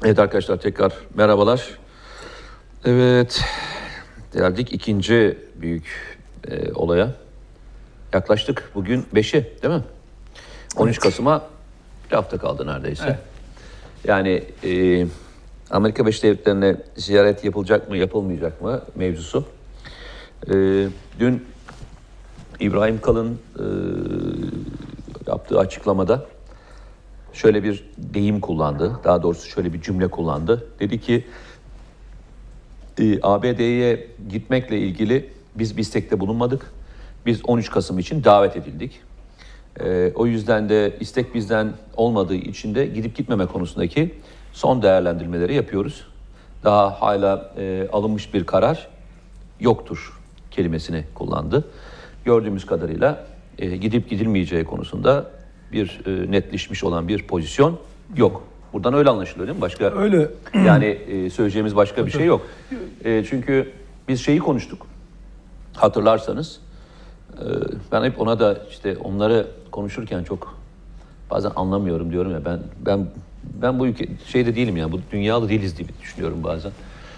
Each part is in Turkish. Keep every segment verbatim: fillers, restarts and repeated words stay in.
Evet arkadaşlar, tekrar merhabalar. Evet, geldik ikinci büyük e, olaya. Yaklaştık bugün beşe, değil mi? on üç Evet. Kasım'a bir hafta kaldı neredeyse. Evet. Yani e, Amerika Birleşik Devletleri'ne ziyaret yapılacak mı yapılmayacak mı mevzusu. E, dün İbrahim Kalın e, yaptığı açıklamada şöyle bir deyim kullandı. Daha doğrusu şöyle bir cümle kullandı. Dedi ki e, A B D'ye gitmekle ilgili biz bir istekte bulunmadık. Biz on üç Kasım için davet edildik. E, o yüzden de istek bizden olmadığı için de gidip gitmeme konusundaki son değerlendirmeleri yapıyoruz. Daha hala e, alınmış bir karar yoktur kelimesini kullandı. Gördüğümüz kadarıyla e, gidip gidilmeyeceği konusunda bir e, netleşmiş olan bir pozisyon yok. Buradan öyle anlaşılıyor değil mi? Başka Öyle. Yani e, söyleyeceğimiz başka bir şey yok. E, çünkü biz şeyi konuştuk. Hatırlarsanız e, ben hep ona da işte onları konuşurken çok bazen anlamıyorum diyorum ya ben ben ben bu ülke şeyde değilim ya, bu dünyalı değiliz diye düşünüyorum bazen.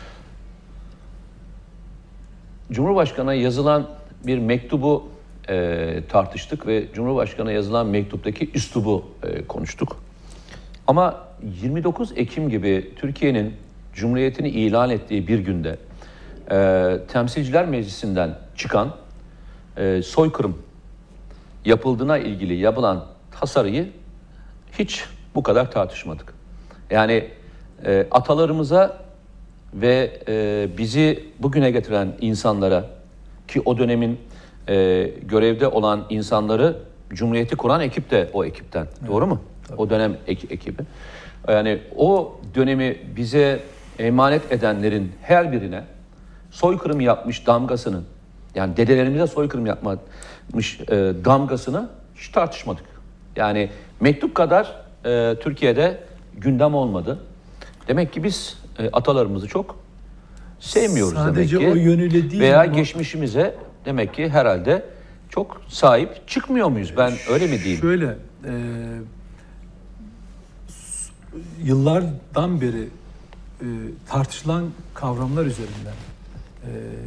Cumhurbaşkanı'na yazılan bir mektubu e, tartıştık ve Cumhurbaşkanı'na yazılan mektuptaki üslubu e, konuştuk. Ama yirmi dokuz Ekim gibi Türkiye'nin Cumhuriyetini ilan ettiği bir günde e, Temsilciler Meclisi'nden çıkan e, soykırım yapıldığına ilgili yapılan tasarıyı hiç bu kadar tartışmadık. Yani e, atalarımıza ve e, bizi bugüne getiren insanlara, ki o dönemin e, görevde olan insanları Cumhuriyeti kuran ekip de o ekipten, evet. Doğru mu? Tabii. O dönem ek, ekibi. Yani o dönemi bize emanet edenlerin her birine soykırım yapmış damgasını, yani dedelerimize soykırım yapmış e, damgasını hiç tartışmadık. Yani mektup kadar e, Türkiye'de gündem olmadı. Demek ki biz e, atalarımızı çok sevmiyoruz. Sadece demek ki. O yönüyle değil. Veya ama geçmişimize demek ki herhalde çok sahip çıkmıyor muyuz? Ben öyle mi diyeyim? Şöyle, e, yıllardan beri e, tartışılan kavramlar üzerinden e,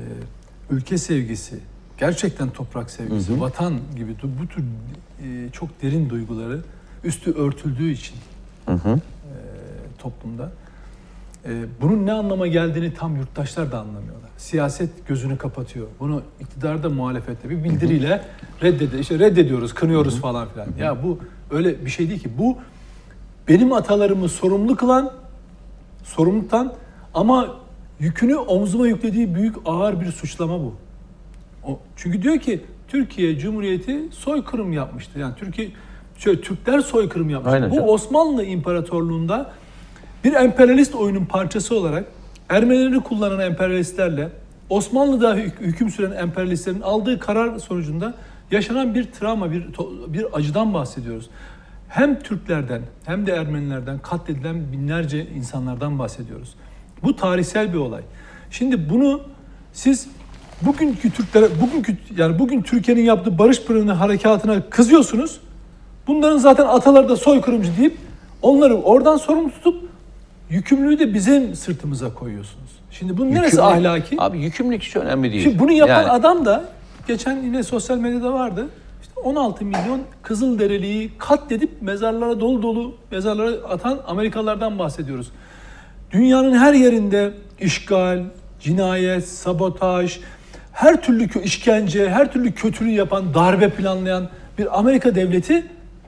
ülke sevgisi, gerçekten toprak sevgisi, hı hı. vatan gibi bu tür e, çok derin duyguları üstü örtüldüğü için hı hı. E, toplumda e, bunun ne anlama geldiğini tam yurttaşlar da anlamıyorlar. Siyaset gözünü kapatıyor. Bunu iktidarda, muhalefette bir bildiriyle reddediyor. İşte reddediyoruz, kınıyoruz hı hı. falan filan. Hı hı. Ya bu öyle bir şey değil ki. Bu benim atalarımı sorumlu kılan, sorumluluktan ama yükünü omzuma yüklediği büyük ağır bir suçlama bu. O, çünkü diyor ki Türkiye Cumhuriyeti soykırım yapmıştı. Yani Türkiye, şöyle Türkler soykırım yapmıştı. Aynen, bu canım. Osmanlı İmparatorluğu'nda bir emperyalist oyunun parçası olarak Ermenileri kullanan emperyalistlerle Osmanlı'da hüküm süren emperyalistlerin aldığı karar sonucunda yaşanan bir travma, bir bir acıdan bahsediyoruz. Hem Türklerden hem de Ermenilerden katledilen binlerce insanlardan bahsediyoruz. Bu tarihsel bir olay. Şimdi bunu siz bugünkü Türklere, bugünkü yani bugün Türkiye'nin yaptığı Barış Pınarı harekatına kızıyorsunuz. Bunların zaten ataları da soykırımcı deyip onları oradan sorumlu tutup yükümlülüğü de bizim sırtımıza koyuyorsunuz. Şimdi bunun neresi ahlaki? Abi yükümlülük hiç önemli değil. Şimdi bunu yapan yani. Adam da geçen yine sosyal medyada vardı. İşte on altı milyon Kızılderiliyi katledip mezarlara dolu dolu mezarlara atan Amerikalılardan bahsediyoruz. Dünyanın her yerinde işgal, cinayet, sabotaj, her türlü işkence, her türlü kötülüğü yapan, darbe planlayan bir Amerika devleti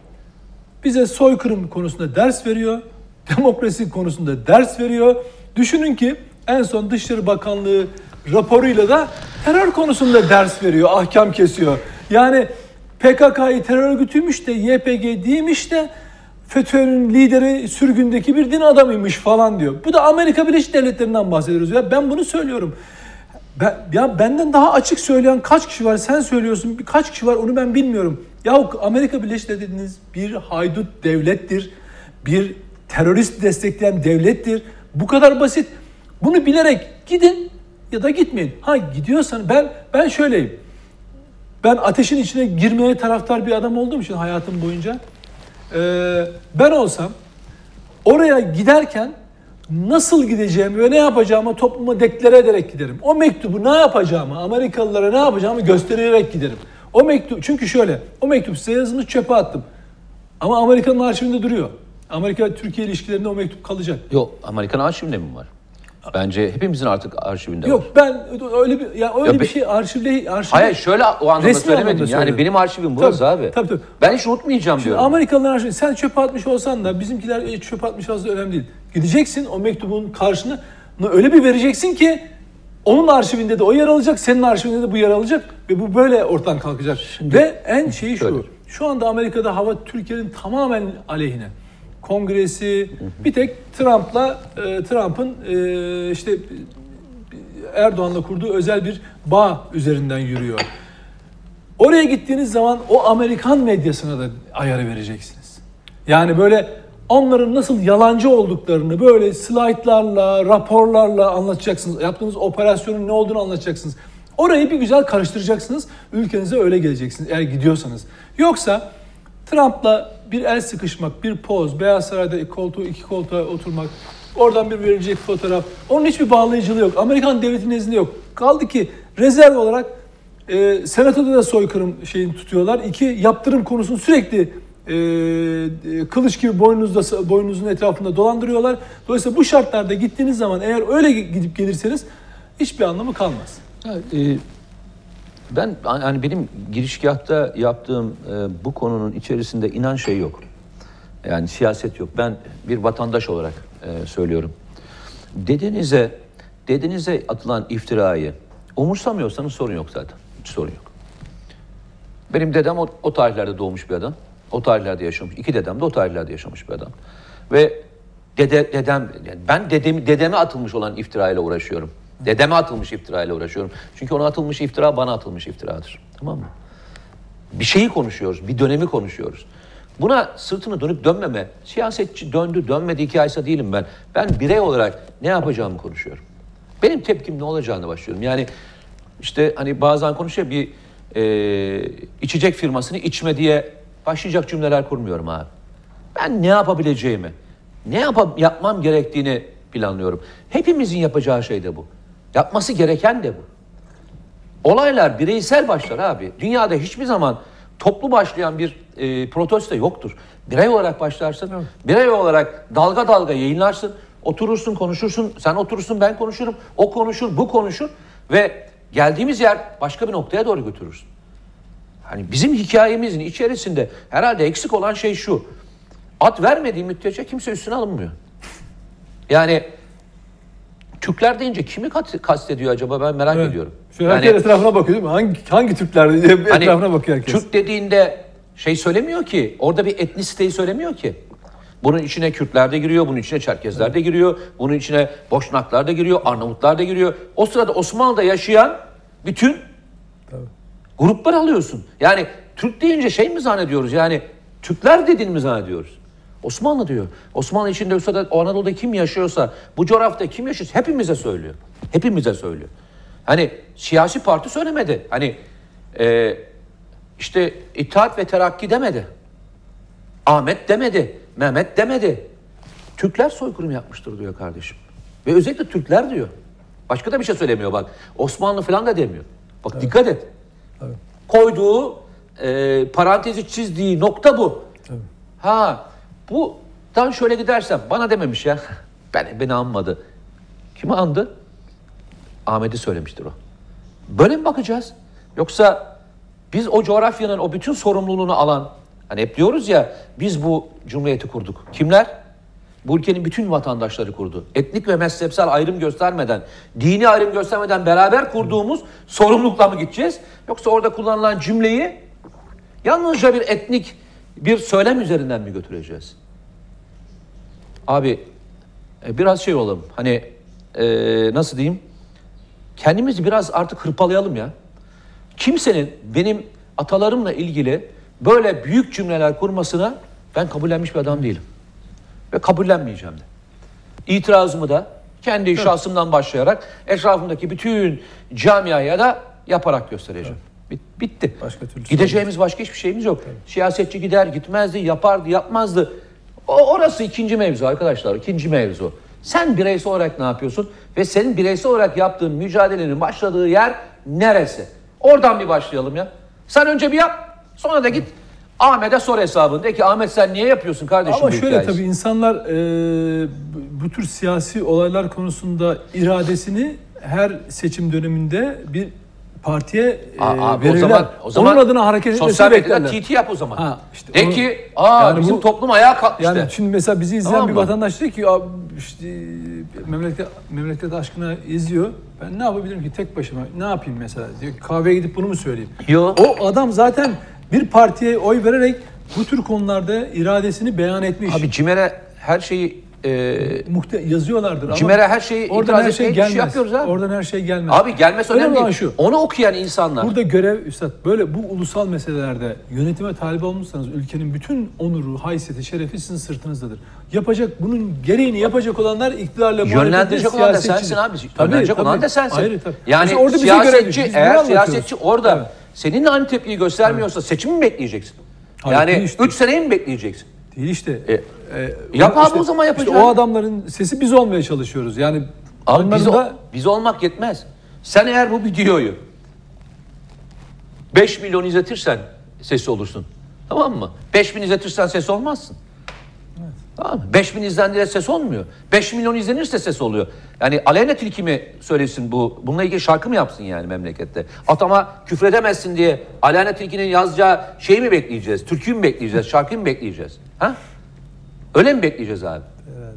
bize soykırım konusunda ders veriyor, demokrasi konusunda ders veriyor. Düşünün ki en son Dışişleri Bakanlığı raporuyla da terör konusunda ders veriyor, ahkam kesiyor. Yani P K K'yı terör örgütüymüş de Y P G değilmiş de FETÖ'nün lideri sürgündeki bir din adamıymış falan diyor. Bu da Amerika Birleşik Devletleri'nden bahsediyoruz. Ya ben bunu söylüyorum. Ben, ya benden daha açık söyleyen kaç kişi var? Sen söylüyorsun. Kaç kişi var onu ben bilmiyorum. Ya Amerika Birleşik Devletleri bir haydut devlettir. Bir terörist destekleyen devlettir. Bu kadar basit. Bunu bilerek gidin ya da gitmeyin. Ha gidiyorsan ben ben şöyleyim. Ben ateşin içine girmeye taraftar bir adam olduğum için hayatım boyunca e, ben olsam oraya giderken nasıl gideceğimi ve ne yapacağımı topluma deklare ederek giderim. O mektubu ne yapacağımı, Amerikalılara ne yapacağımı göstererek giderim. O mektup, çünkü şöyle, o mektup size yazılmış, çöpe attım. Ama Amerika'nın arşivinde duruyor. Amerika-Türkiye ilişkilerinde o mektup kalacak. Yok, Amerikan arşivinde mi var? Bence hepimizin artık arşivinde Yok, var. ben öyle bir ya öyle Ya bir be, şey arşivde arşivde. Hayır, şöyle o anlamda resmi söylemedim. anlamda Yani söyledim. benim arşivim burası Tabii, abi. tabii, tabii. Ben hiç unutmayacağım Şimdi diyorum. Amerikalıların arşivinde sen çöpe atmış olsan da bizimkiler çöpe atmış olsa da önemli değil. Gideceksin o mektubun karşını öyle bir vereceksin ki onun arşivinde de o yer alacak, senin arşivinde de bu yer alacak ve bu böyle ortadan kalkacak. Şimdi, ve en şeyi şu. Şöyle. Şu anda Amerika'da hava Türkiye'nin tamamen aleyhine. Kongresi, hı hı. bir tek Trump'la e, Trump'ın e, işte Erdoğan'la kurduğu özel bir bağ üzerinden yürüyor. Oraya gittiğiniz zaman o Amerikan medyasına da ayarı vereceksiniz. Yani böyle onların nasıl yalancı olduklarını böyle slaytlarla, raporlarla anlatacaksınız. Yaptığınız operasyonun ne olduğunu anlatacaksınız. Orayı bir güzel karıştıracaksınız. Ülkenize öyle geleceksiniz eğer gidiyorsanız. Yoksa Trump'la bir el sıkışmak, bir poz, Beyaz Saray'da koltuğu iki koltuğa oturmak, oradan bir verilecek fotoğraf. Onun hiçbir bağlayıcılığı yok. Amerikan devletinin nezdinde yok. Kaldı ki rezerv olarak e, senatoda da soykırım şeyini tutuyorlar. İki, yaptırım konusunu sürekli e, kılıç gibi boynunuzda, boynunuzun etrafında dolandırıyorlar. Dolayısıyla bu şartlarda gittiğiniz zaman eğer öyle gidip gelirseniz hiçbir anlamı kalmaz. Evet, e, ben hani benim girişgahta yaptığım e, bu konunun içerisinde inan şey yok. Yani siyaset yok. Ben bir vatandaş olarak e, söylüyorum. Dedenize, dedenize atılan iftirayı umursamıyorsanız sorun yok zaten. Hiç sorun yok. Benim dedem o, o tarihlerde doğmuş bir adam. O tarihlerde yaşamış. İki dedem de o tarihlerde yaşamış bir adam. Ve dede, dedem, yani ben dedemi, dedeme atılmış olan iftirayla uğraşıyorum. Dedeme atılmış iftirayla uğraşıyorum. Çünkü ona atılmış iftira bana atılmış iftiradır. Tamam mı? Bir şeyi konuşuyoruz, bir dönemi konuşuyoruz. Buna sırtını dönüp dönmeme, siyasetçi döndü dönmedi hikayesi değilim ben. Ben birey olarak ne yapacağımı konuşuyorum. Benim tepkim ne olacağını başlıyorum. Yani işte hani bazen konuşuyor bir e, içecek firmasını içme diye başlayacak cümleler kurmuyorum abi. Ben ne yapabileceğimi, ne yap yapmam gerektiğini planlıyorum. Hepimizin yapacağı şey de bu. Yapması gereken de bu. Olaylar bireysel başlar abi. Dünyada hiçbir zaman toplu başlayan bir e, protesto yoktur. Birey olarak başlarsın, evet. Birey olarak dalga dalga yayınlarsın, oturursun, konuşursun, sen oturursun, ben konuşurum, o konuşur, bu konuşur ve geldiğimiz yer başka bir noktaya doğru götürürsün. Hani bizim hikayemizin içerisinde herhalde eksik olan şey şu, ad vermediği müddetçe kimse üstüne alınmıyor. Yani Türkler deyince kimi kastediyor acaba ben merak evet. ediyorum. Şöyle yani, herkes etrafına bakıyor değil mi? Hangi, hangi Türkler diye etrafına hani, bakıyor herkes. Türk dediğinde şey söylemiyor ki, orada bir etnisiteyi söylemiyor ki. Bunun içine Kürtler de giriyor, bunun içine Çerkezler evet. de giriyor, bunun içine Boşnaklar da giriyor, Arnavutlar da giriyor. O sırada Osmanlı'da yaşayan bütün tabii. gruplar alıyorsun. Yani Türk deyince şey mi zannediyoruz yani Türkler dediğini mi zannediyoruz? Osmanlı diyor. Osmanlı içinde yoksa o Anadolu'da kim yaşıyorsa, bu coğrafyada kim yaşıyorsa hepimize söylüyor. Hepimize söylüyor. Hani siyasi parti söylemedi. Hani e, işte İttihat ve Terakki demedi. Ahmet demedi. Mehmet demedi. Türkler soykırım yapmıştır diyor kardeşim. Ve özellikle Türkler diyor. Başka da bir şey söylemiyor bak. Osmanlı falan da demiyor. Bak evet. dikkat et. Evet. Koyduğu e, parantezi çizdiği nokta bu. Evet. Ha Buradan şöyle gidersem bana dememiş ya. Ben, beni anmadı. Kimi andı? Ahmet'i söylemiştir o. Böyle mi bakacağız? Yoksa biz o coğrafyanın o bütün sorumluluğunu alan, hani hep diyoruz ya biz bu cumhuriyeti kurduk. Kimler? Bu ülkenin bütün vatandaşları kurdu. Etnik ve mezhepsel ayrım göstermeden, dini ayrım göstermeden beraber kurduğumuz sorumlulukla mı gideceğiz? Yoksa orada kullanılan cümleyi yalnızca bir etnik bir söylem üzerinden mi götüreceğiz? Abi biraz şey olalım. Hani e, nasıl diyeyim? Kendimizi biraz artık hırpalayalım ya. Kimsenin benim atalarımla ilgili böyle büyük cümleler kurmasına ben kabullenmiş bir adam değilim. Ve kabullenmeyeceğim de. İtirazımı da kendi evet. şahsımdan başlayarak etrafımdaki bütün camiaya da yaparak göstereceğim. Evet. Bitti. Başka türlü gideceğimiz sorumuz. Başka hiçbir şeyimiz yok. Evet. Siyasetçi gider gitmezdi, yapardı, yapmazdı. O orası ikinci mevzu arkadaşlar, ikinci mevzu. Sen bireysel olarak ne yapıyorsun? Ve senin bireysel olarak yaptığın mücadelenin başladığı yer neresi? Oradan bir başlayalım ya. Sen önce bir yap, sonra da git Ahmet'e sor hesabını. De ki Ahmet sen niye yapıyorsun kardeşim? Ama şöyle tabii insanlar e, bu tür siyasi olaylar konusunda iradesini her seçim döneminde bir partiye e, Aa, verirler. O zaman, o zaman onun adına hareket etmesini sosyal medyada beklerler. T T yap o zaman. Ha, işte de onu, ki aa yani bizim bu, toplum ayağa kalkmıştı. Yani şimdi mesela bizi izleyen Tamam bir mı? vatandaş diyor ki işte, memleket, memleket aşkına izliyor. Ben ne yapabilirim ki tek başıma? Ne yapayım mesela? Diyor kahveye gidip bunu mu söyleyeyim? Yo. O adam zaten bir partiye oy vererek bu tür konularda iradesini beyan etmiş. Abi CİMER'e her şeyi e, Muhte- yazıyorlardır CİMER'e ama her şeyi oradan itiraz her şey etmeye gelmez. şey yapıyoruz abi. Oradan her şey gelmez. Abi gelmesi önemli Önemli olan değil. şu. Onu okuyan insanlar. Burada görev üstad böyle bu ulusal meselelerde yönetime talip olmuşsanız ülkenin bütün onuru, haysiyeti, şerefi sizin sırtınızdadır. Yapacak bunun gereğini yapacak olanlar iktidarla yönlendirecek olan da sensin abi. Yönlendirecek olan da sensin. Ayrı, tabii. Yani Mesela orada bize siyasetçi görev, eğer siyasetçi orada evet. seninle aynı tepkiyi göstermiyorsa evet. seçimi mi bekleyeceksin? Hayır, yani işte. üç seneyi mi bekleyeceksin? Değil işte. E, e, yap abi işte, o zaman yapacaksın. İşte o adamların sesi biz olmaya çalışıyoruz. Yani abi biz, da... biz olmak yetmez. Sen eğer bu videoyu beş milyon izletirsen sesi olursun. Tamam mı? beş bin izletirsen ses olmazsın. Evet. Tamam mı? beş bin izlendiğinde ses olmuyor. beş milyon izlenirse ses oluyor. Yani Aleyna Tilki mi söylesin bu? Bununla ilgili şarkı mı yapsın yani memlekette? Atama küfredemezsin diye Aleyna Tilki'nin yazacağı şeyi mi bekleyeceğiz? Türküyü mü bekleyeceğiz? Şarkıyı mı bekleyeceğiz? Ha? Öyle mi bekleyeceğiz abi? Evet.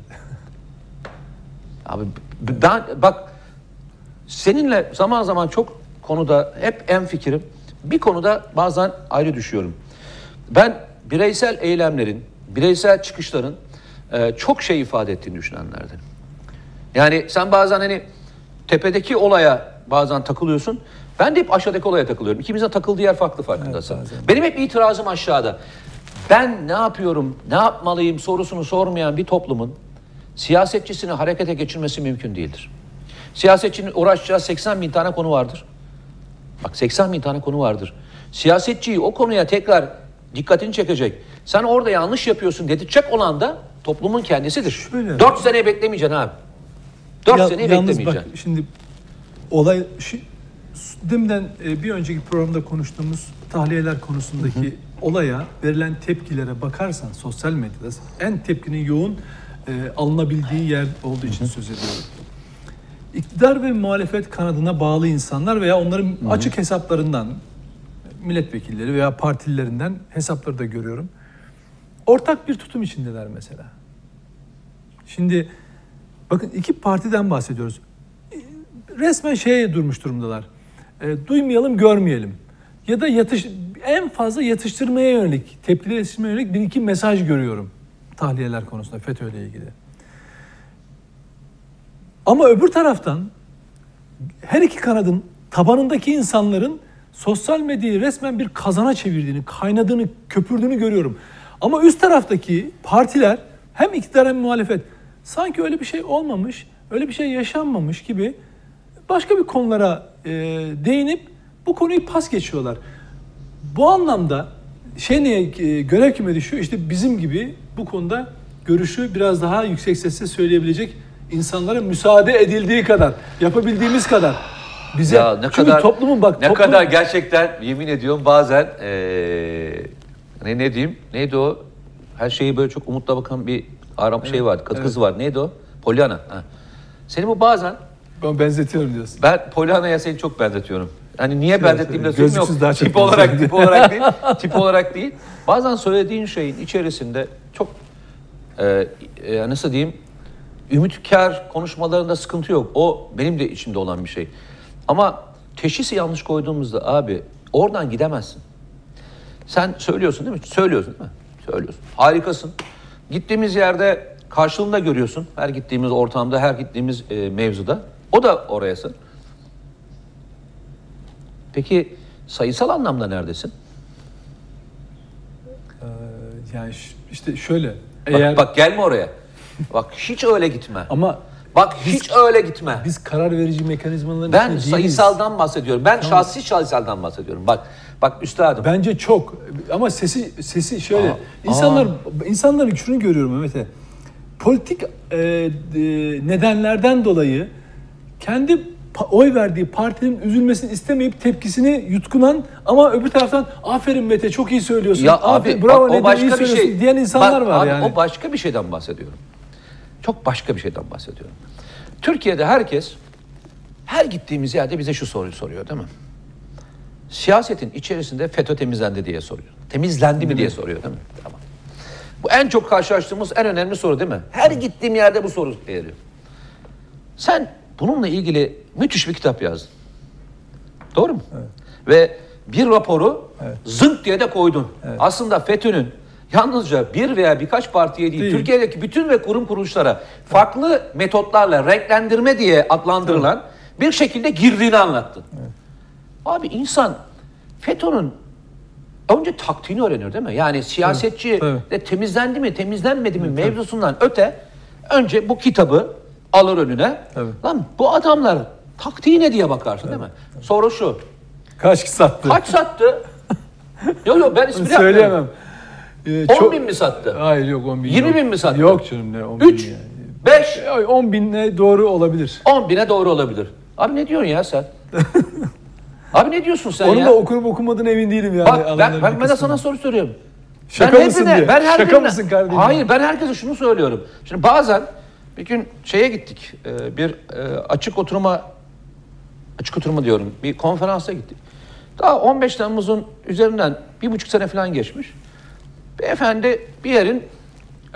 Abi ben bak seninle zaman zaman çok konuda hep en fikrim. Bir konuda bazen ayrı düşüyorum. Ben bireysel eylemlerin, bireysel çıkışların e, çok şey ifade ettiğini düşünenlerdenim. Yani sen bazen hani tepedeki olaya bazen takılıyorsun. Ben de hep aşağıdaki olaya takılıyorum. İkimizin takıldığı yer farklı farkındasın. Evet, benim hep itirazım aşağıda. Ben ne yapıyorum, ne yapmalıyım sorusunu sormayan bir toplumun siyasetçisini harekete geçirmesi mümkün değildir. Siyasetçinin uğraşacağı seksen bin tane konu vardır. Bak seksen bin tane konu vardır. Siyasetçiyi o konuya tekrar dikkatini çekecek. Sen orada yanlış yapıyorsun dedirtecek olan da toplumun kendisidir. Şöyle, Dört sene beklemeyeceksin abi. Dört ya, sene yalnız beklemeyeceksin. Bak şimdi olay şu, deminden bir önceki programda konuştuğumuz tahliyeler konusundaki hı hı. olaya verilen tepkilere bakarsan sosyal medyada en tepkinin yoğun e, alınabildiği yer olduğu için hı hı. söz ediyorum. İktidar ve muhalefet kanadına bağlı insanlar veya onların hı hı. açık hesaplarından milletvekilleri veya partililerinden hesapları da görüyorum. Ortak bir tutum içindeler mesela. Şimdi bakın iki partiden bahsediyoruz. Resmen şeye durmuş durumdalar. E, duymayalım, görmeyelim. Ya da yatış, en fazla yatıştırmaya yönelik, tepkileştirmeye yönelik bir iki mesaj görüyorum tahliyeler konusunda, FETÖ'yle ilgili. Ama öbür taraftan her iki kanadın tabanındaki insanların sosyal medyayı resmen bir kazana çevirdiğini, kaynadığını, köpürdüğünü görüyorum. Ama üst taraftaki partiler hem iktidar hem muhalefet sanki öyle bir şey olmamış, öyle bir şey yaşanmamış gibi başka bir konulara e, değinip bu konuyu pas geçiyorlar. Bu anlamda şey neye e, görev kime düşüyor? İşte bizim gibi bu konuda görüşü biraz daha yüksek sesle söyleyebilecek insanlara müsaade edildiği kadar, yapabildiğimiz kadar. Bize ya ne çünkü kadar toplumun bak ne toplum, kadar gerçekten yemin ediyorum bazen ee, ne ne diyeyim neydi o her şeyi böyle çok umutla bakan bir aram evet, şey vardı kız evet. kızı var neydi o Pollyanna. Ha. Seni bu bazen ben benzetiyorum diyorsun. Ben Pollyanna'ya seni çok benzetiyorum. Hani niye evet, benzettiğimde evet. söyleyeyim yok. Tip olarak tip olarak değil. Tip olarak değil. Bazen söylediğin şeyin içerisinde çok e, e, nasıl diyeyim ümitkar konuşmalarında sıkıntı yok. O benim de içimde olan bir şey. Ama teşhisi yanlış koyduğumuzda abi oradan gidemezsin. Sen söylüyorsun değil mi? Söylüyorsun değil mi? Söylüyorsun. Harikasın. Gittiğimiz yerde karşılığında görüyorsun. Her gittiğimiz ortamda, her gittiğimiz e, mevzuda. O da orayasın. Peki sayısal anlamda neredesin? Ee, yani işte şöyle. Bak, eğer... bak gelme oraya. Bak hiç öyle gitme. Ama bak biz, hiç öyle gitme. Biz karar verici mekanizmaların ben sayısaldan bahsediyorum. Ben tamam. şahsi sayısaldan bahsediyorum. Bak bak üstadım. Bence çok ama sesi sesi şöyle. Aa, insanlar aa. insanların şunu görüyorum Mehmet'e. politik e, e, nedenlerden dolayı kendi pa- oy verdiği partinin üzülmesini istemeyip tepkisini yutkunan ama öbür taraftan aferin Mete çok iyi söylüyorsun. Ya aferin, abi bravo bak, o Mete başka iyi bir söylüyorsun şey diyen insanlar Bak, var abi, yani. O başka bir şeyden bahsediyorum. Çok başka bir şeyden bahsediyorum. Türkiye'de herkes her gittiğimiz yerde bize şu soruyu soruyor değil mi? Siyasetin içerisinde FETÖ temizlendi diye soruyor. Temizlendi mi diye soruyor değil mi? Tamam. Bu en çok karşılaştığımız en önemli soru değil mi? Her gittiğim yerde bu soru geliyor. Sen bununla ilgili müthiş bir kitap yazdın. Doğru mu? Evet. Ve bir raporu Evet. zınk diye de koydun. Evet. Aslında FETÖ'nün yalnızca bir veya birkaç partiye değil, Değil. Türkiye'deki bütün ve kurum kuruluşlara farklı metotlarla renklendirme diye adlandırılan evet. bir şekilde girdiğini anlattın. Evet. Abi insan FETÖ'nün önce taktiğini öğrenir değil mi? Yani siyasetçi evet. Evet. de temizlendi mi, temizlenmedi mi evet. mevzusundan öte önce bu kitabı alır önüne. Evet. Lan bu adamlar taktiği ne diye bakarsın evet. değil mi? Evet. Soru şu. Kaç sattı? Kaç sattı? Yok yok ben ismini söyleyemem. Ee, on çok... bin mi sattı? Hayır yok on bin. yirmi yok. bin mi sattı? Yok canım ne on bin. üç, beş. on bine doğru olabilir. on bine doğru olabilir. Abi ne diyorsun ya sen? Abi ne diyorsun sen Onun ya? Onun da okunup okumadığına emin değilim yani. Bak ben, ben, ben de sana soru soruyorum. Şaka ben mısın hepine, diye. Ben her Şaka birine, mısın kardeşim? Hayır ben herkese şunu söylüyorum. Şimdi bazen bir gün şeye gittik. Bir açık oturuma açık oturma diyorum. Bir konferansa gittik. Daha on beş Temmuz'un üzerinden bir buçuk sene falan geçmiş. Beyefendi bir yerin e,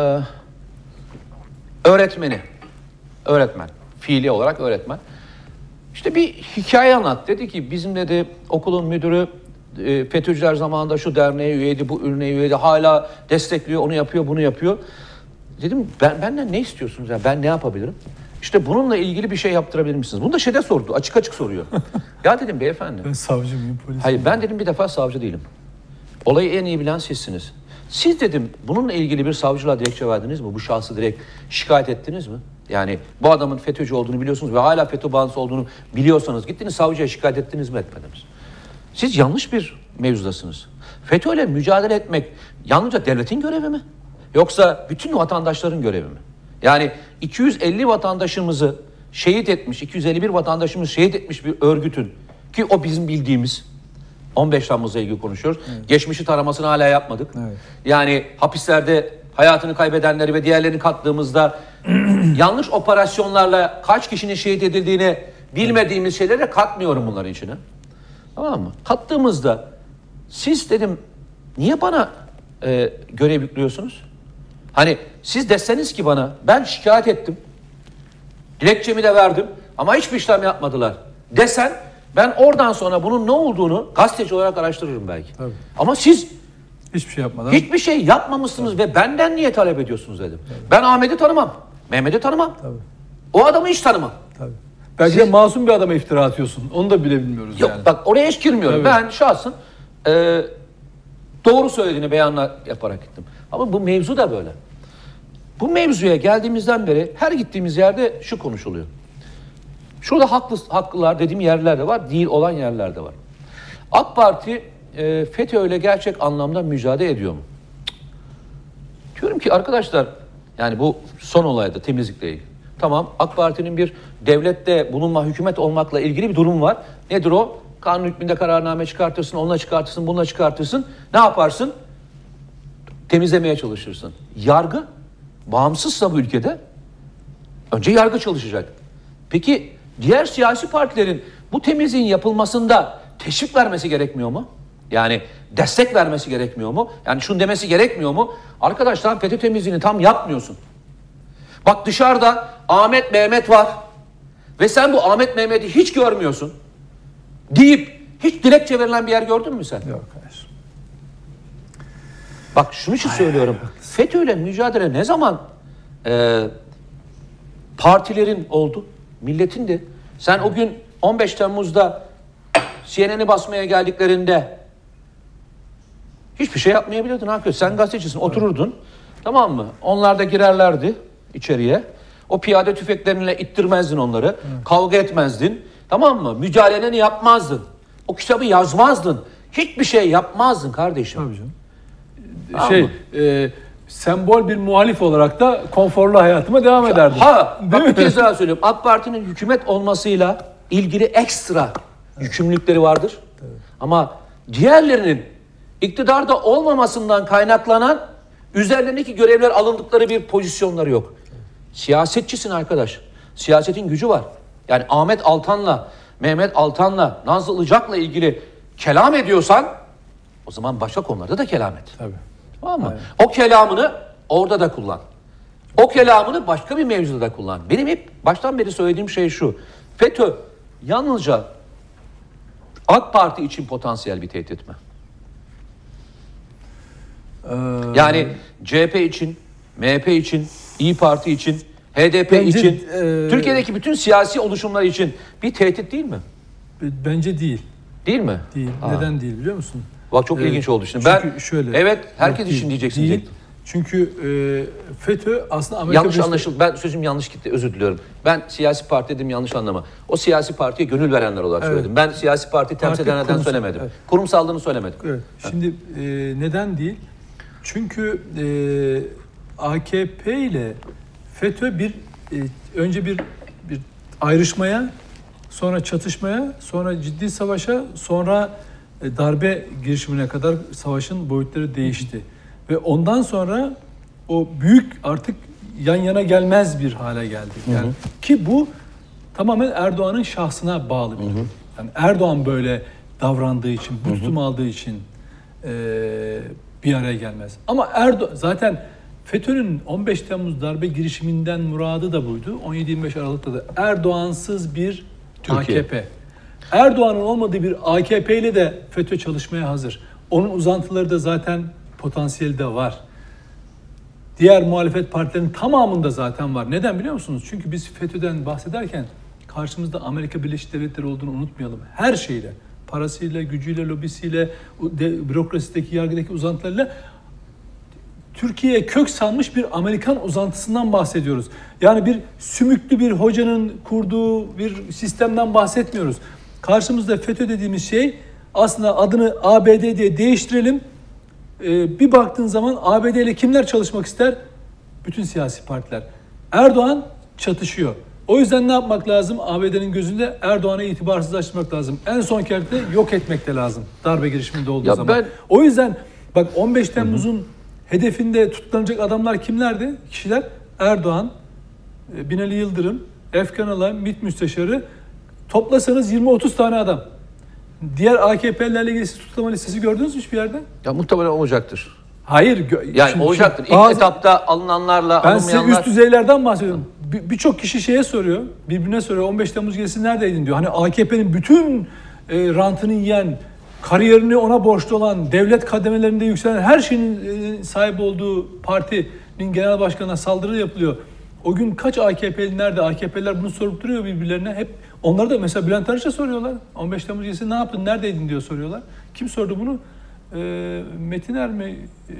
öğretmeni. Öğretmen. Fiili olarak öğretmen. İşte bir hikaye anlat. Dedi ki bizim dedi okulun müdürü e, FETÖ'cüler zamanında şu derneğe üyeydi, bu ürüne üyeydi. Hala destekliyor, onu yapıyor, bunu yapıyor. Dedim ben benden ne istiyorsunuz ya? Ben ne yapabilirim? İşte bununla ilgili bir şey yaptırabilir misiniz? Bunu da şeyde sordu. Açık açık soruyor. Ya dedim beyefendi. Ben savcı mıyım, polis Hayır ben dedim bir defa savcı değilim. Olayı en iyi bilen sizsiniz. Siz dedim bununla ilgili bir savcılığa dilekçe verdiniz mi? Bu şahsı direkt şikayet ettiniz mi? Yani bu adamın FETÖ'cü olduğunu biliyorsunuz ve hala FETÖ bağlantısı olduğunu biliyorsanız gittiniz savcıya şikayet ettiniz mi etmediniz? Siz yanlış bir mevzudasınız. FETÖ'yle mücadele etmek yalnızca devletin görevi mi? Yoksa bütün vatandaşların görevi mi? Yani iki yüz elli vatandaşımızı şehit etmiş, iki yüz elli bir vatandaşımız şehit etmiş bir örgütün ki o bizim bildiğimiz on beş Temmuz'la ilgili konuşuyoruz. Evet. Geçmişi taramasını hala yapmadık. Evet. Yani hapislerde hayatını kaybedenleri ve diğerlerini kattığımızda yanlış operasyonlarla kaç kişinin şehit edildiğini bilmediğimiz şeylere katmıyorum bunların içine. Tamam mı? Kattığımızda siz dedim niye bana e, görev yüklüyorsunuz? Hani siz deseniz ki bana ben şikayet ettim. Dilekçemi de verdim ama hiçbir işlem yapmadılar. Desen ben oradan sonra bunun ne olduğunu gazeteci olarak araştırırım belki. Tabii. Ama siz hiçbir şey yapmadan hiçbir şey yapmamışsınız Tabii. ve benden niye talep ediyorsunuz dedim. Tabii. Ben Ahmet'i tanımam. Mehmet'i tanımam. Tabii. O adamı hiç tanımam. Tabii. Belki siz... de masum bir adama iftira atıyorsun. Onu da bile bilmiyoruz Yok, yani. Bak oraya hiç girmiyorum. Tabii. Ben şahsın e, doğru söylediğini beyanla yaparak gittim. Ama bu mevzu da böyle. Bu mevzuya geldiğimizden beri her gittiğimiz yerde şu konuşuluyor. Şurada haklı, haklılar dediğim yerler de var, değil olan yerler de var. AK Parti e, FETÖ ile gerçek anlamda mücadele ediyor mu? Cık. Diyorum ki arkadaşlar, yani bu son olayda temizlikle ilgili. Tamam, AK Parti'nin bir devlette bulunma, hükümet olmakla ilgili bir durum var. Nedir o? Kanun hükmünde kararname çıkartırsın, onunla çıkartırsın, bununla çıkartırsın. Ne yaparsın? Temizlemeye çalışırsın. Yargı, bağımsızsa bu ülkede önce yargı çalışacak. Peki diğer siyasi partilerin bu temizliğin yapılmasında teşvik vermesi gerekmiyor mu? Yani destek vermesi gerekmiyor mu? Yani şunu demesi gerekmiyor mu? Arkadaşlar FETÖ temizliğini tam yapmıyorsun. Bak dışarıda Ahmet Mehmet var ve sen bu Ahmet Mehmet'i hiç görmüyorsun deyip hiç dilekçe verilen bir yer gördün mü sen? Yok hayır. Bak şunu için söylüyorum. FETÖ ile mücadele ne zaman e, partilerin oldu? Milletin de. Sen o gün on beş Temmuz'da C N N'i basmaya geldiklerinde hiçbir şey yapmayabilirdin. Hakikaten. Sen gazetecisin, otururdun. Tamam mı? Onlar da girerlerdi içeriye. O piyade tüfeklerinle ittirmezdin onları. Evet. Kavga etmezdin. Tamam mı? Mücadeleni yapmazdın. O kitabı yazmazdın. Hiçbir şey yapmazdın kardeşim. Tabii canım. Şey, e, sembol bir muhalif olarak da konforlu hayatıma devam ederdim. Ha, bak bir kez daha söylüyorum. AK Parti'nin hükümet olmasıyla ilgili ekstra yükümlülükleri vardır. Evet. Ama diğerlerinin iktidarda olmamasından kaynaklanan üzerlerindeki görevler alındıkları bir pozisyonları yok. Siyasetçisin arkadaş. Siyasetin gücü var. Yani Ahmet Altan'la, Mehmet Altan'la, Nazlı Ilıcak'la ilgili kelam ediyorsan o zaman başka konularda da kelam et. Tabii. Tamam mı? Evet. O kelamını orada da kullan. O kelamını başka bir mevzuda da kullan. Benim hep baştan beri söylediğim şey şu. FETÖ yalnızca AK Parti için potansiyel bir tehdit mi? Ee... Yani C H P için, M H P için, İYİ Parti için, H D P Bence, için, e... Türkiye'deki bütün siyasi oluşumlar için bir tehdit değil mi? Bence değil. Değil mi? Değil. Aa. Neden değil biliyor musun? Bak çok ee, ilginç oldu şimdi. Ben şöyle, evet herkes için diyeceksin değil. diyecektim. Çünkü e, FETÖ aslında Amerika yanlış anlaşıldı. Ben sözüm yanlış gitti. Özür diliyorum. Ben siyasi parti dedim, yanlış anlama. O siyasi partiye gönül verenler olarak evet. söyledim. Ben siyasi parti temsil edenlerden söylemedim. Evet. Kurumsallığını söylemedim. Evet. Şimdi e, neden değil? Çünkü e, A K P ile FETÖ bir e, önce bir bir ayrışmaya, sonra çatışmaya, sonra ciddi savaşa, sonra e, darbe girişimine kadar savaşın boyutları değişti. Ve ondan sonra o büyük artık yan yana gelmez bir hale geldi. Yani hı hı. Ki bu tamamen Erdoğan'ın şahsına bağlı bir durum. Yani Erdoğan böyle davrandığı için, bu tutum aldığı için e, bir araya gelmez. Ama Erdoğan zaten FETÖ'nün on beş Temmuz darbe girişiminden muradı da buydu. on yedi yirmi beş Aralık'ta da Erdoğansız bir Türkiye. A K P. Erdoğan'ın olmadığı bir A K P ile de FETÖ çalışmaya hazır. Onun uzantıları da zaten potansiyeli de var. Diğer muhalefet partilerinin tamamında zaten var. Neden biliyor musunuz? Çünkü biz FETÖ'den bahsederken karşımızda Amerika Birleşik Devletleri olduğunu unutmayalım. Her şeyle, parasıyla, gücüyle, lobisiyle, bürokrasideki, yargıdaki uzantılarıyla Türkiye'ye kök salmış bir Amerikan uzantısından bahsediyoruz. Yani bir sümüklü bir hocanın kurduğu bir sistemden bahsetmiyoruz. Karşımızda FETÖ dediğimiz şey aslında adını A B D diye değiştirelim. Ee, bir baktığın zaman A B D ile kimler çalışmak ister? Bütün siyasi partiler. Erdoğan çatışıyor. O yüzden ne yapmak lazım? A B D'nin gözünde Erdoğan'ı itibarsızlaştırmak lazım. En son kertte yok etmek de lazım. Darbe girişiminde olduğu ya zaman. Ben... O yüzden bak on beş Temmuz'un Hı-hı. hedefinde tutuklanacak adamlar kimlerdi? Kişiler Erdoğan, Binali Yıldırım, Efkan Ala, MİT Müsteşarı. Toplasanız yirmi otuz tane adam. Diğer A K P'lerle ilgili tutuklama listesi gördünüz mü hiçbir yerde? Ya muhtemelen olacaktır. Hayır. Gö- yani şimdi, olacaktır. İlk bazı, etapta alınanlarla ben alınmayanlar... Ben size üst düzeylerden bahsediyorum. Bir, birçok kişi şeye soruyor, birbirine soruyor. on beş Temmuz gecesi neredeydin diyor. Hani A K P'nin bütün e, rantını yiyen, kariyerini ona borçlu olan, devlet kademelerinde yükselen, her şeyin e, sahibi olduğu partinin genel başkanına saldırı yapılıyor. O gün kaç A K P'li nerede? A K P'liler bunu sorup duruyor birbirlerine. Hep onları da mesela Bülent Arınç'a soruyorlar. on beş Temmuz gecesi ne yaptın, neredeydin diyor soruyorlar. Kim sordu bunu? E, Metin Er mi? E,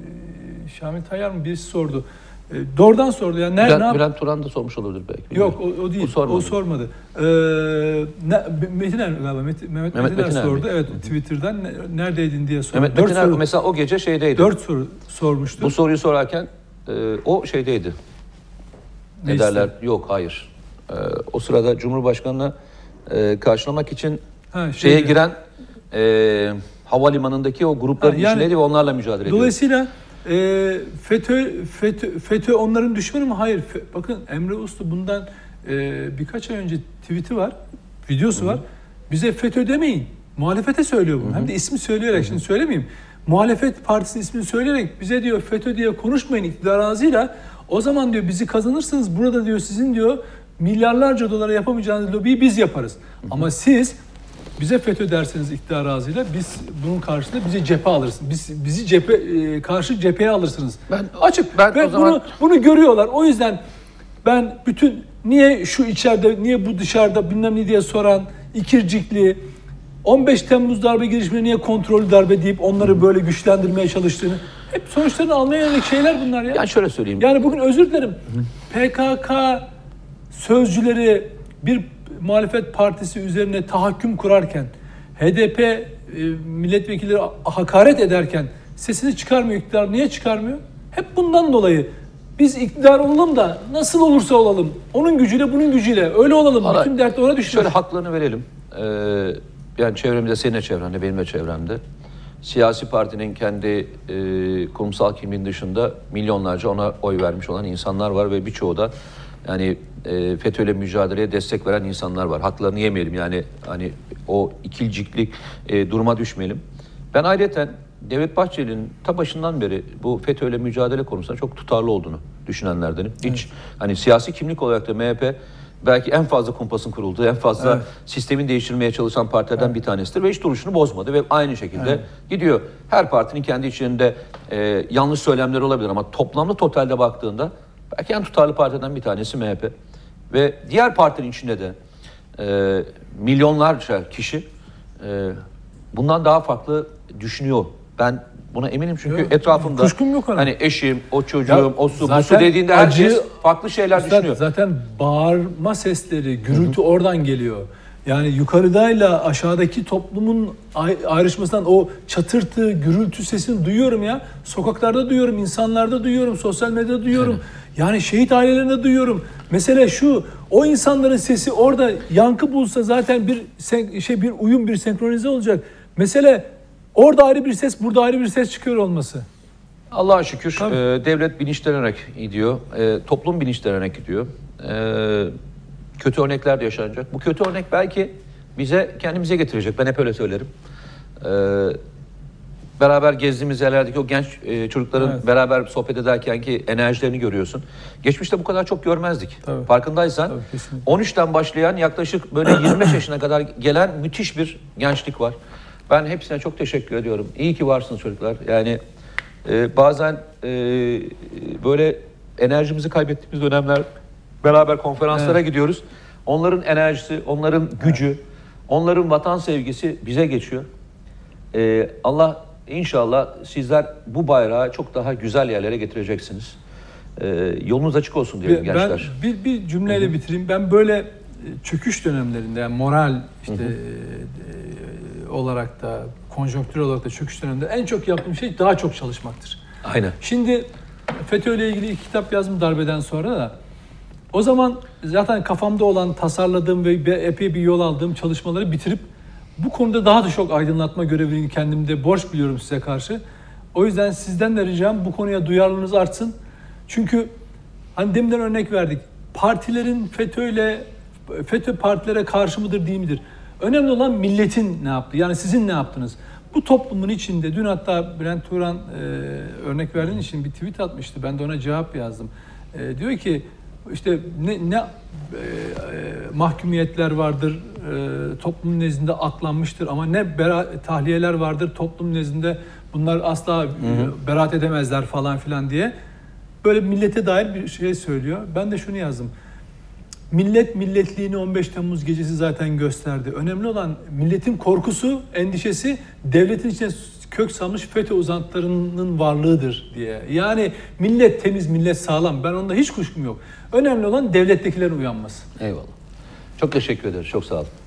Şamil Tayyar mı? Birisi sordu. E, doğrudan sordu. Yani ne, Bülent, ne Bülent Turan da sormuş olabilir belki. Yok o, o değil. O sormadı. O sormadı. E, ne, Metin Er galiba. Metin, Mehmet, Mehmet Metin Er Metin sordu. Er evet, Twitter'dan neredeydin diye sordu. Mehmet Metin Er mesela o gece şeydeydi. Dört soru sormuştu. Bu soruyu sorarken e, o şeydeydi. Ne, ne derler? Yok, hayır. Ee, o sırada Cumhurbaşkanı'nı e, karşılamak için ha, şeye şeyde. giren e, havalimanındaki o grupların ha, yani, içindeydi ve onlarla mücadele ediyordu. Dolayısıyla e, FETÖ, FETÖ, FETÖ onların düşmanı mı? Hayır. Fe, bakın Emre Uslu bundan e, birkaç ay önce tweet'i var, videosu Hı-hı. var. Bize FETÖ demeyin. Muhalefete söylüyor bunu. Hı-hı. Hem de ismi söyleyerek, Hı-hı. şimdi söylemeyeyim. Muhalefet partisinin ismini söyleyerek bize diyor FETÖ diye konuşmayın iktidar ağzıyla. O zaman diyor bizi kazanırsınız. Burada diyor sizin diyor milyarlarca dolara yapamayacağınız lobiyi biz yaparız. Hı hı. Ama siz bize FETÖ derseniz iktidar ağzıyla biz bunun karşısında bize cephe alırsınız. Biz bizi cephe e, karşı cepheye alırsınız. Ben açık. Ben Ve o zaman... bunu bunu görüyorlar. O yüzden ben bütün niye şu içeride, niye bu dışarıda bilmem ne diye soran ikircikli on beş Temmuz darbe girişimine niye kontrollü darbe deyip onları Hı. böyle güçlendirmeye çalıştığını hep sonuçlarını almaya yönelik şeyler bunlar ya. Yani şöyle söyleyeyim. Yani bugün özür dilerim. Hı. P K K sözcüleri bir muhalefet partisi üzerine tahakküm kurarken, H D P e, milletvekilleri hakaret ederken sesini çıkarmıyor iktidar. Niye çıkarmıyor? Hep bundan dolayı biz iktidar olalım da nasıl olursa olalım, onun gücüyle bunun gücüyle öyle olalım. Vallahi, bütün dert ona düşüyor. Şöyle haklarını verelim. Ee, yani çevremizde, senin de çevrende, benim de çevremde. Siyasi partinin kendi e, kurumsal kimliğin dışında milyonlarca ona oy vermiş olan insanlar var ve birçoğu da yani e, FETÖ'yle mücadeleye destek veren insanlar var. Haklarını yemeyelim yani hani o ikilciklik e, duruma düşmeyelim. Ben ayrıca Devlet Bahçeli'nin ta başından beri bu FETÖ'yle mücadele konusunda çok tutarlı olduğunu düşünenlerdenim. Hiç evet. hani siyasi kimlik olarak da M H P belki en fazla kumpasın kurulduğu, en fazla evet. sistemin değiştirmeye çalışan partilerden evet. bir tanesidir ve hiç duruşunu bozmadı ve aynı şekilde evet. gidiyor. Her partinin kendi içinde e, yanlış söylemleri olabilir ama toplamda totalde baktığında belki en tutarlı partiden bir tanesi M H P. Ve diğer partinin içinde de e, milyonlarca kişi e, bundan daha farklı düşünüyor. Ben buna eminim çünkü yok, etrafımda yok hani eşim, o çocuğum, ya, o su, bu su dediğinde acı, herkes farklı şeyler zaten, düşünüyor. Zaten bağırma sesleri, gürültü Hı-hı. oradan geliyor. Yani yukarıdayla aşağıdaki toplumun ayrışmasından o çatırtı, gürültü sesini duyuyorum ya. Sokaklarda duyuyorum, insanlarda duyuyorum, sosyal medyada duyuyorum. Evet. Yani şehit ailelerinde duyuyorum. Mesele şu, o insanların sesi orada yankı bulsa zaten bir şey bir uyum, bir senkronize olacak. Mesele orada ayrı bir ses, burada ayrı bir ses çıkıyor olması. Allah'a şükür e, devlet bilinçlenerek gidiyor, e, toplum bilinçlenerek gidiyor. E, kötü örnekler de yaşanacak. Bu kötü örnek belki bize kendimize getirecek. Ben hep öyle söylerim. E, beraber gezdiğimiz yerlerdeki o genç e, çocukların evet. beraber sohbet ederken ki enerjilerini görüyorsun. Geçmişte bu kadar çok görmezdik. Tabii. Farkındaysan Tabii, on üçten başlayan yaklaşık böyle yirmi beş yaşına kadar gelen müthiş bir gençlik var. Ben hepsine çok teşekkür ediyorum. İyi ki varsınız çocuklar. Yani e, bazen e, böyle enerjimizi kaybettiğimiz dönemler beraber konferanslara evet. gidiyoruz. Onların enerjisi, onların gücü, evet. onların vatan sevgisi bize geçiyor. E, Allah inşallah sizler bu bayrağı çok daha güzel yerlere getireceksiniz. E, yolunuz açık olsun diyorum ben, gençler. Ben bir, bir cümleyle Hı-hı. bitireyim. Ben böyle çöküş dönemlerinde yani moral işte e, olarak da konjonktür olarak da çöküş döneminde en çok yaptığım şey daha çok çalışmaktır. Aynen. Şimdi FETÖ ile ilgili iki kitap yazdım darbeden sonra da. O zaman zaten kafamda olan tasarladığım ve epey bir yol aldığım çalışmaları bitirip bu konuda daha da çok aydınlatma görevini kendimde borç biliyorum size karşı. O yüzden sizden de ricam bu konuya duyarlılığınız artsın. Çünkü hani deminden örnek verdik. Partilerin FETÖ'yle FETÖ partilere karşı mıdır değil midir? Önemli olan milletin ne yaptığı. Yani sizin ne yaptınız? Bu toplumun içinde dün hatta Bülent Turan e, örnek verdiğin için bir tweet atmıştı. Ben de ona cevap yazdım. E, diyor ki işte ne, ne e, mahkumiyetler vardır e, toplum nezdinde aklanmıştır ama ne bera, tahliyeler vardır toplum nezdinde bunlar asla hı hı. E, beraat edemezler falan filan diye böyle millete dair bir şey söylüyor. Ben de şunu yazdım. Millet milletliğini on beş Temmuz gecesi zaten gösterdi. Önemli olan milletin korkusu, endişesi devletin içine kök salmış FETÖ uzantılarının varlığıdır diye. Yani millet temiz, millet sağlam. Ben onda hiç kuşkum yok. Önemli olan devlettekilerin uyanması. Eyvallah. Çok teşekkür ederiz. Çok sağ olun.